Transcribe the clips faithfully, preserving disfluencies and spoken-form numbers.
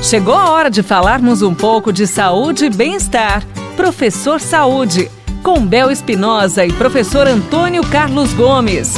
Chegou a hora de falarmos um pouco de saúde e bem-estar. Professor Saúde, com Bel Espinosa e professor Antônio Carlos Gomes.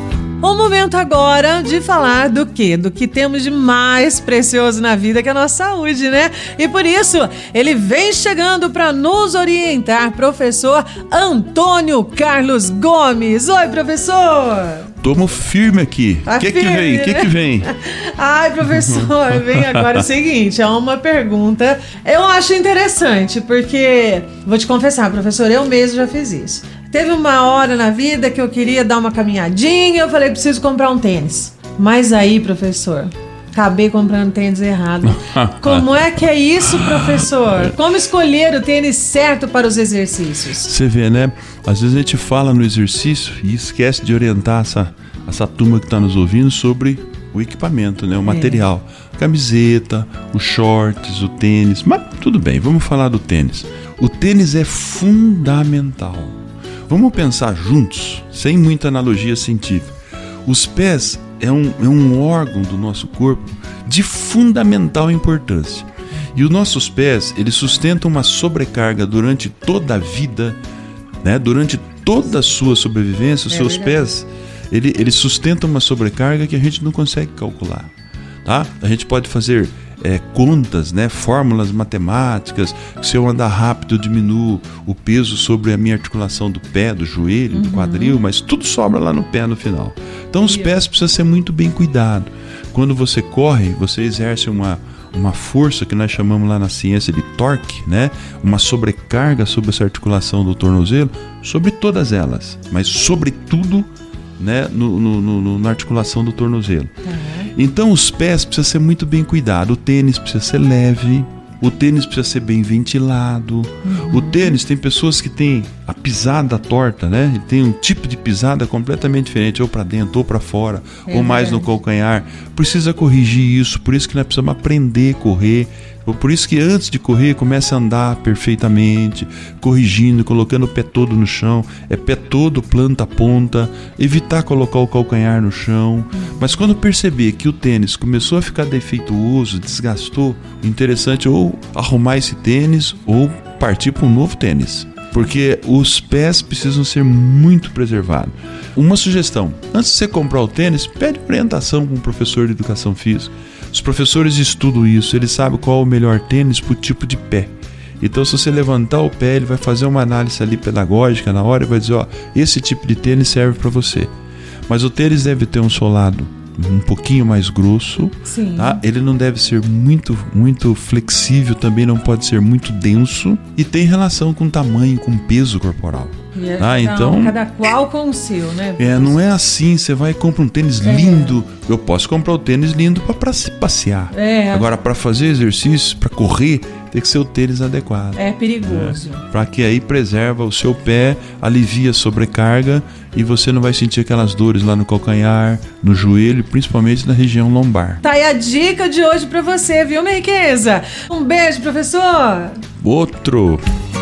O momento agora de falar do quê? Do que temos de mais precioso na vida, que é a nossa saúde, né? E por isso, ele vem chegando para nos orientar, professor Antônio Carlos Gomes. Oi, professor! Tomo firme aqui. O que, que vem? O que, que vem? Ai, professor, vem agora o seguinte, é uma pergunta. Eu acho interessante, porque, vou te confessar, professor, eu mesmo já fiz isso. Teve uma hora na vida que eu queria dar uma caminhadinha, eu falei, preciso comprar um tênis. Mas aí, professor, acabei comprando tênis errado. Como é que é isso, professor? Como escolher o tênis certo para os exercícios? Você vê, né? Às vezes a gente fala no exercício e esquece de orientar essa, essa turma que está nos ouvindo sobre o equipamento, né? O material. É. Camiseta, os shorts, o tênis. Mas tudo bem, vamos falar do tênis. O tênis é fundamental. Vamos pensar juntos, sem muita analogia científica. Os pés é um, é um órgão do nosso corpo de fundamental importância. E os nossos pés, eles sustentam uma sobrecarga durante toda a vida, né? Durante toda a sua sobrevivência, os é seus verdade. Pés, ele, eles sustentam uma sobrecarga que a gente não consegue calcular. Tá? A gente pode fazer é, contas, né? Fórmulas matemáticas. Se eu andar rápido, eu diminuo o peso sobre a minha articulação do pé, do joelho, uhum. do quadril, mas tudo sobra lá no pé no final. Então os pés precisam ser muito bem cuidados. Quando você corre, você exerce uma, uma força que nós chamamos lá na ciência de torque, né? Uma sobrecarga sobre essa articulação do tornozelo, sobre todas elas, mas sobretudo, né? no, no, no, na articulação do tornozelo. Uhum. Então os pés precisam ser muito bem cuidados. O tênis precisa ser leve, o tênis precisa ser bem ventilado. Uhum. O tênis, tem pessoas que têm a pisada torta, né? Ele tem um tipo de pisada completamente diferente, ou para dentro ou para fora, é ou mais verdade. No calcanhar. Precisa corrigir isso, por isso que nós precisamos aprender a correr. Por isso que antes de correr, comece a andar perfeitamente, corrigindo, colocando o pé todo no chão. É pé todo, planta a ponta, evitar colocar o calcanhar no chão. Mas quando perceber que o tênis começou a ficar defeituoso, desgastou, o interessante é ou arrumar esse tênis ou partir para um novo tênis. Porque os pés precisam ser muito preservados. Uma sugestão, antes de você comprar o tênis, pede orientação com um professor de educação física. Os professores estudam isso, eles sabem qual é o melhor tênis para o tipo de pé. Então, se você levantar o pé, ele vai fazer uma análise ali pedagógica na hora e vai dizer, ó, esse tipo de tênis serve para você. Mas o tênis deve ter um solado um pouquinho mais grosso, tá? Ele não deve ser muito, muito flexível, também não pode ser muito denso e tem relação com tamanho, com peso corporal. É, ah, então, então, cada qual com o seu, né? É, não é assim, você vai e compra um tênis é. lindo. Eu posso comprar o tênis lindo para passear. É. Agora, para fazer exercício, para correr, tem que ser o tênis adequado. É perigoso. É, para que aí preserva o seu pé, alivia a sobrecarga e você não vai sentir aquelas dores lá no calcanhar, no joelho, principalmente na região lombar. Tá aí a dica de hoje para você, viu, minha riqueza? Um beijo, professor. Outro.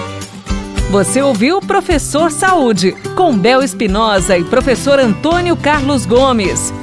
Você ouviu Professor Saúde, com Bel Espinosa e professor Antônio Carlos Gomes.